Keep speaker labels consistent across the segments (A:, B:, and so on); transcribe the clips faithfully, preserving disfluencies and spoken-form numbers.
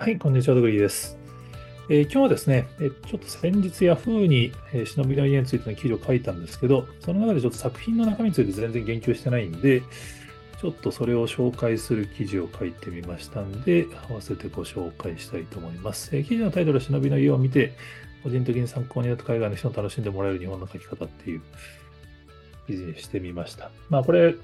A: はい、こんにちは、ドグリーです。えー今日はですね、えーちょっと先日ヤフーに、えー忍びの家についての記事を書いたんですけど、その中でちょっと作品の中身について全然言及してないんで、ちょっとそれを紹介する記事を書いてみましたんで、合わせてご紹介したいと思います。えー記事のタイトルは忍びの家を見て、個人的に参考になった海外の人に楽しんでもらえる日本の書き方っていう記事にしてみました。まあこれ、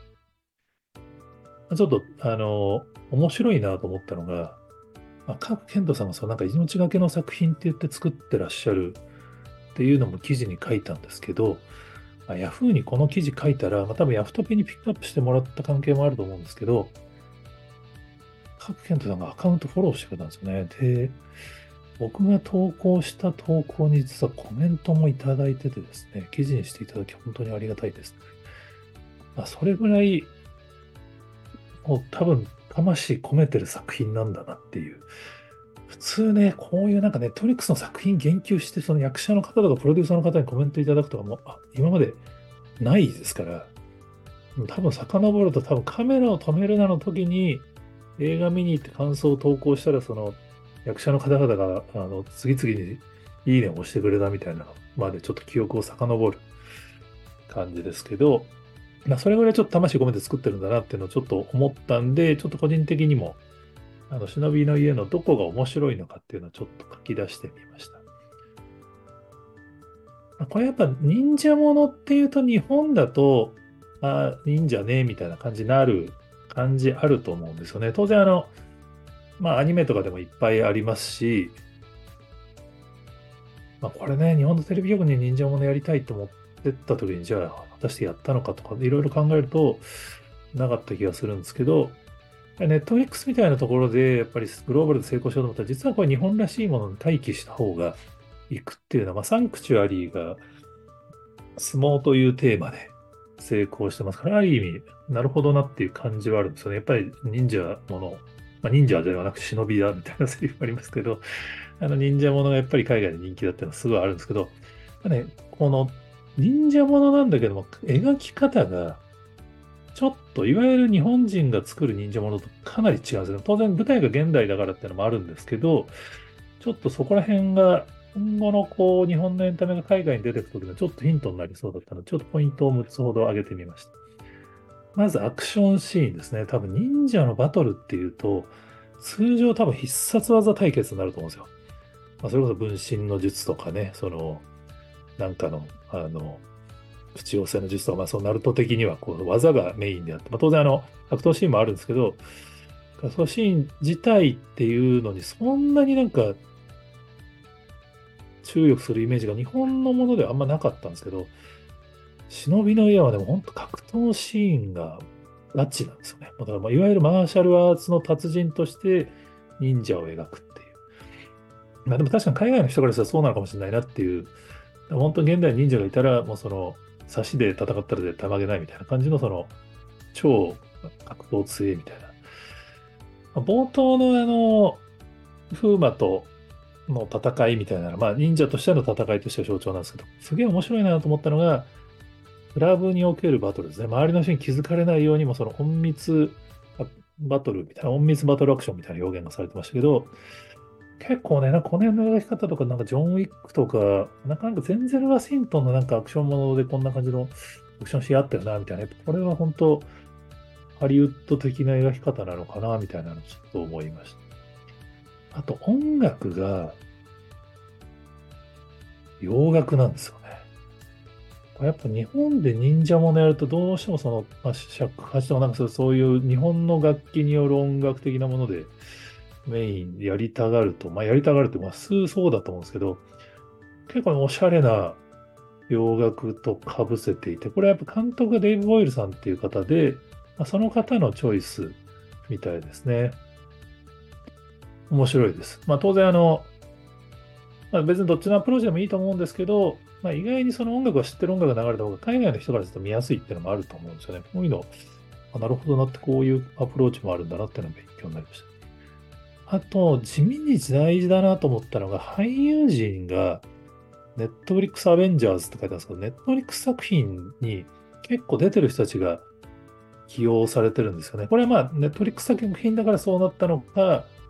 A: ちょっと、あの、面白いなと思ったのが、まあ、賀来賢人さんがそう、なんか命がけの作品って言って作ってらっしゃるっていうのも記事に書いたんですけど、まあ、ヤフーにこの記事書いたら、まあ、多分ヤフトピにピックアップしてもらった関係もあると思うんですけど、賀来賢人さんがアカウントフォローしてくれたんですよね。で、僕が投稿した投稿に実はコメントもいただいててですね、記事にしていただき本当にありがたいです。まあ、それぐらい、もう多分魂込めてる作品なんだなっていう。普通ね、こういうなんかネットフリックスの作品言及して、その役者の方とかプロデューサーの方にコメントいただくとかも、あ、今までないですから、多分遡ると多分カメラを止めるなの時に映画見に行って感想を投稿したら、その役者の方々があの次々にいいねを押してくれたみたいなのまでちょっと記憶を遡る感じですけど、まあ、それぐらいちょっと魂込めて作ってるんだなっていうのをちょっと思ったんで、ちょっと個人的にもあの忍びの家のどこが面白いのかっていうのをちょっと書き出してみました。これやっぱ忍者ものっていうと日本だと、あ、忍者ね、みたいな感じになる感じあると思うんですよね。当然あの、まあアニメとかでもいっぱいありますし、まあこれね、日本のテレビ局に忍者ものやりたいと思ってった時に、じゃあ果たしてやったのかとか、いろいろ考えるとなかった気がするんですけど、ネットフリックスみたいなところで、やっぱりグローバルで成功しようと思ったら、実はこれ日本らしいものに待機した方がいくっていうのは、まあ、サンクチュアリーが相撲というテーマで成功してますから、ある意味、なるほどなっていう感じはあるんですよね。やっぱり忍者もの、まあ、忍者ではなく忍びだみたいなセリフありますけど、あの忍者ものがやっぱり海外で人気だっていうのはすごいあるんですけど、まあね、この忍者ものなんだけども、描き方がちょっといわゆる日本人が作る忍者ものとかなり違うんですね。当然舞台が現代だからっていうのもあるんですけど、ちょっとそこら辺が今後のこう日本のエンタメが海外に出てくるときのちょっとヒントになりそうだったので、ちょっとポイントをむっつほど挙げてみました。まずアクションシーンですね。多分忍者のバトルっていうと、通常多分必殺技対決になると思うんですよ。まあ、それこそ分身の術とかね、その、なんかの、あの、口寄せの術とか、まあ、そのナルト的にはこう技がメインであって、まあ、当然あの、格闘シーンもあるんですけど、格闘シーン自体っていうのにそんなになんか注力するイメージが日本のものではあんまなかったんですけど、忍びの家はでも本当格闘シーンがガチなんですよね。だからまあいわゆるマーシャルアーツの達人として忍者を描くっていう。まあでも確かに海外の人からしたらそうなのかもしれないなっていう、本当に現代に忍者がいたらもうその差しで戦ったら絶対負けないみたいな感じのその超格闘強いみたいな。まあ冒頭のあの、風磨との戦いみたいなのは、まあ忍者としての戦いとしては象徴なんですけど、すげえ面白いなと思ったのが、クラブにおけるバトルですね。周りの人に気づかれないようにも、その隠密バトルみたいな、隠密バトルアクションみたいな表現がされてましたけど、結構ね、なんかこの辺の描き方とか、なんかジョン・ウィックとか、なんかなんかゼンゼル・ワシントンのなんかアクションものでこんな感じのアクションシーンあったよな、みたいな。やっぱこれは本当、ハリウッド的な描き方なのかな、みたいなのをちょっと思いました。あと音楽が洋楽なんですよね。やっぱ日本で忍者ものやるとどうしてもその、まあ、尺八とかなんかそうそういう日本の楽器による音楽的なものでメインでやりたがると、まあやりたがるってまあ普通そうだと思うんですけど、結構おしゃれな洋楽とかぶせていて、これはやっぱ監督がデイブ・ボイルさんっていう方で、まあ、その方のチョイスみたいですね。面白いです。まあ当然あの、まあ、別にどっちのアプローチでもいいと思うんですけど、まあ、意外にその音楽を知ってる音楽が流れた方が海外の人からすると見やすいっていうのもあると思うんですよね。こういうの、あ、なるほどなって、こういうアプローチもあるんだなっていうのが勉強になりました。あと、地味に大事だなと思ったのが、俳優陣が、ネットフリックスアベンジャーズって書いてあるんですけど、ネットフリックス作品に結構出てる人たちが起用されてるんですよね。これはまあ、ネットフリックス作品だからそうなったのか、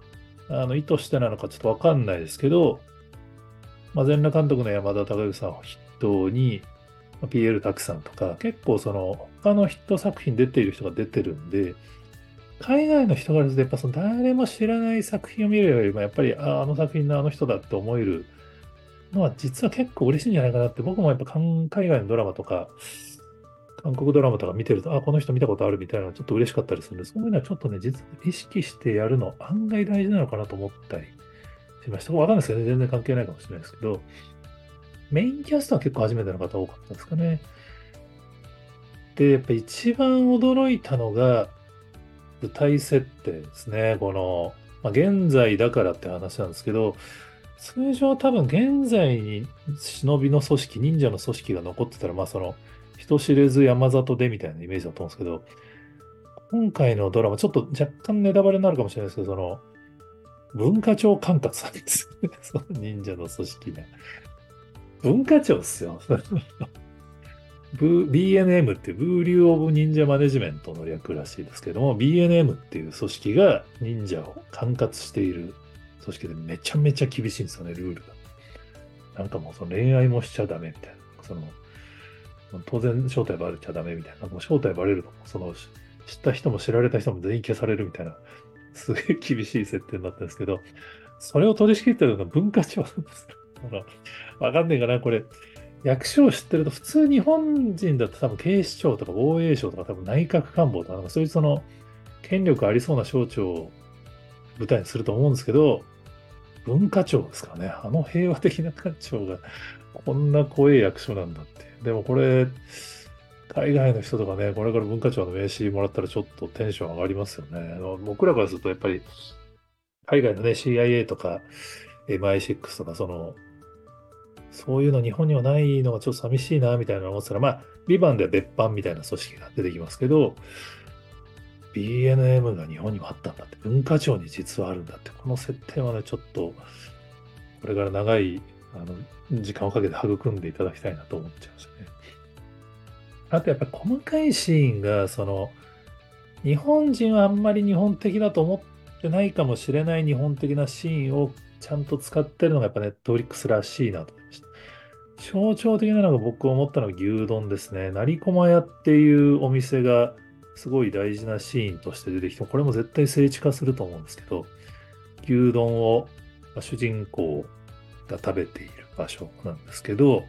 A: あの意図してなのかちょっとわかんないですけど、まあ、全裸監督の山田孝之さんを筆頭に、まあ ピーエル 滝さんとか、結構その他のヒット作品出ている人が出てるんで、海外の人からすると、やっぱその誰も知らない作品を見るよりも、やっぱり、あ、あの作品のあの人だって思えるのは、実は結構嬉しいんじゃないかなって、僕もやっぱ海海外のドラマとか、韓国ドラマとか見てると、あ、この人見たことあるみたいなのちょっと嬉しかったりするんで、そういうのはちょっとね、実は意識してやるの案外大事なのかなと思ったりしました。わかんないですけどね、全然関係ないかもしれないですけど、メインキャストは結構初めての方多かったですかね。で、やっぱ一番驚いたのが、舞台設定ですね。この、まあ、現在だからって話なんですけど、通常多分現在に忍びの組織、忍者の組織が残ってたら、まあその、人知れず山里でみたいなイメージだと思うんですけど、今回のドラマ、ちょっと若干ネタバレになるかもしれないですけど、その、文化庁管轄なんですよね。その忍者の組織が。文化庁っすよ。ブ ビーエヌエム っていうブーリュー・オブ・忍者マネジメントの略らしいですけども、ビーエヌエム っていう組織が忍者を管轄している組織でめちゃめちゃ厳しいんですよね、ルールが。なんかもうその恋愛もしちゃダメみたいな。その当然正体バレちゃダメみたいな。なんかもう正体バレると、その知った人も知られた人も全員消されるみたいな、すげえ厳しい設定になったんですけど、それを取り仕切ってるのが文化庁なんですよ。あのわかんねえかな、これ。役所を知ってると、普通日本人だと多分警視庁とか防衛省とか多分内閣官房とか、なんかそういうその権力ありそうな省庁を舞台にすると思うんですけど、文化庁ですからね。あの平和的な官庁がこんな怖い役所なんだって。でもこれ、海外の人とかね、これから文化庁の名刺もらったらちょっとテンション上がりますよね。あの僕らからするとやっぱり海外のね、シーアイエー とか エムアイシックス とかそのそういうの日本にはないのがちょっと寂しいなみたいな思ってたら、まあ、ビバンでは別班みたいな組織が出てきますけど、ビーエヌエム が日本にもあったんだって、文化庁に実はあるんだって、この設定はね、ちょっと、これから長いあの時間をかけて育んでいただきたいなと思っちゃいましたね。あとやっぱり細かいシーンが、その、日本人はあんまり日本的だと思ってないかもしれない日本的なシーンをちゃんと使ってるのがやっぱネットフリックスらしいなと思いました。象徴的なのが僕思ったのが牛丼ですね。成駒屋っていうお店がすごい大事なシーンとして出てきて、これも絶対聖地化すると思うんですけど、牛丼をまあ主人公が食べている場所なんですけど、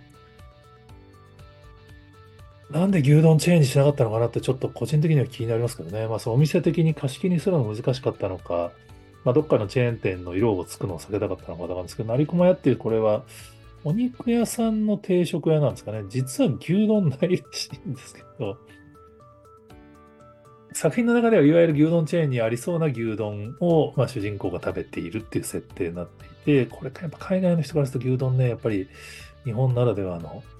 A: なんで牛丼チェーンにしなかったのかなってちょっと個人的には気になりますけどね。まあそうお店的に貸し切りにするのが難しかったのか、まあどっかのチェーン店の色をつくのを避けたかったのかわかんないですけど、成駒屋っていうこれはお肉屋さんの定食屋なんですかね。実は牛丼ないらしいんですけど、作品の中ではいわゆる牛丼チェーンにありそうな牛丼を、まあ、主人公が食べているっていう設定になっていて、これやっぱ海外の人からすると牛丼ね、やっぱり日本ならではの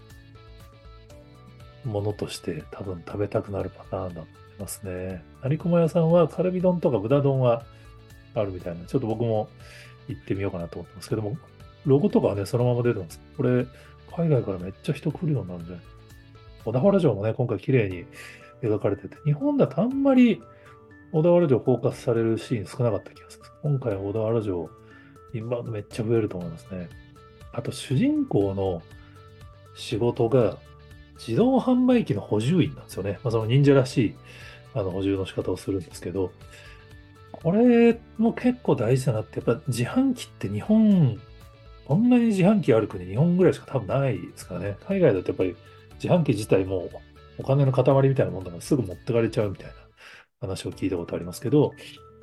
A: ものとして多分食べたくなるパターンだと思いますね。成駒屋さんはカルビ丼とか豚丼はあるみたいな、ちょっと僕も行ってみようかなと思ってますけども、ロゴとかはね、そのまま出てます。これ、海外からめっちゃ人来るようになるんじゃない？小田原城もね、今回綺麗に描かれてて、日本だとあんまり小田原城フォーカスされるシーン少なかった気がする。今回は小田原城、インバウンドめっちゃ増えると思いますね。あと、主人公の仕事が自動販売機の補充員なんですよね。まあ、その忍者らしいあの補充の仕方をするんですけど、これも結構大事だなって、やっぱ自販機って日本、こんなに自販機ある国、日本ぐらいしか多分ないですからね。海外だとやっぱり自販機自体もお金の塊みたいなもんだからすぐ持ってかれちゃうみたいな話を聞いたことありますけど、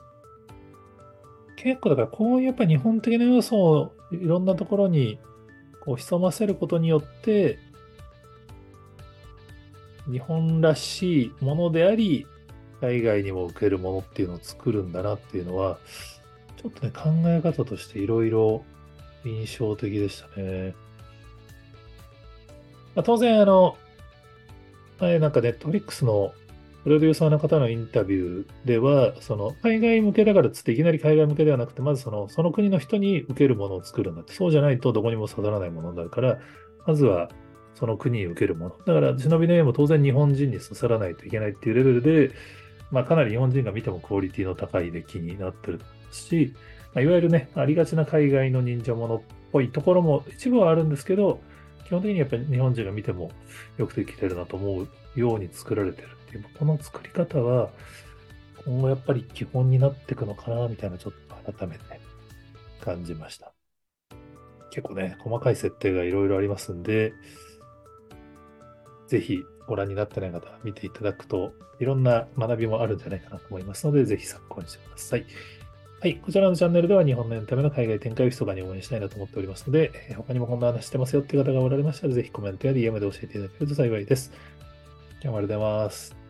A: 結構だからこういうやっぱり日本的な要素をいろんなところにこう潜ませることによって、日本らしいものであり、海外にも受けるものっていうのを作るんだなっていうのは、ちょっとね、考え方としていろいろ印象的でしたね。まあ、当然、あの、前なんかネットフリックスのプロデューサーの方のインタビューでは、その海外向けだからっつっていきなり海外向けではなくて、まずそのその国の人に受けるものを作るんだって、そうじゃないとどこにも刺さらないものだから、まずはその国に受けるもの。だから、忍びの絵も当然日本人に刺さらないといけないっていうレベルで、まあ、かなり日本人が見てもクオリティの高い出来になってるし、 まあ、いわゆるね、ありがちな海外の忍者ものっぽいところも一部はあるんですけど、基本的にやっぱり日本人が見てもよくできてるなと思うように作られてるっていう、この作り方は今後やっぱり基本になっていくのかな、みたいなちょっと改めて感じました。結構ね、細かい設定がいろいろありますんで、ぜひご覧になってない方は見ていただくと、いろんな学びもあるんじゃないかなと思いますので、ぜひ参考にしてください。はい。こちらのチャンネルでは日本のエンタメの海外展開を密かに応援したいなと思っておりますので、えー他にもこんな話してますよっていう方がおられましたら、ぜひコメントや ディーエム で教えていただけると幸いです。今日もありがとうございます。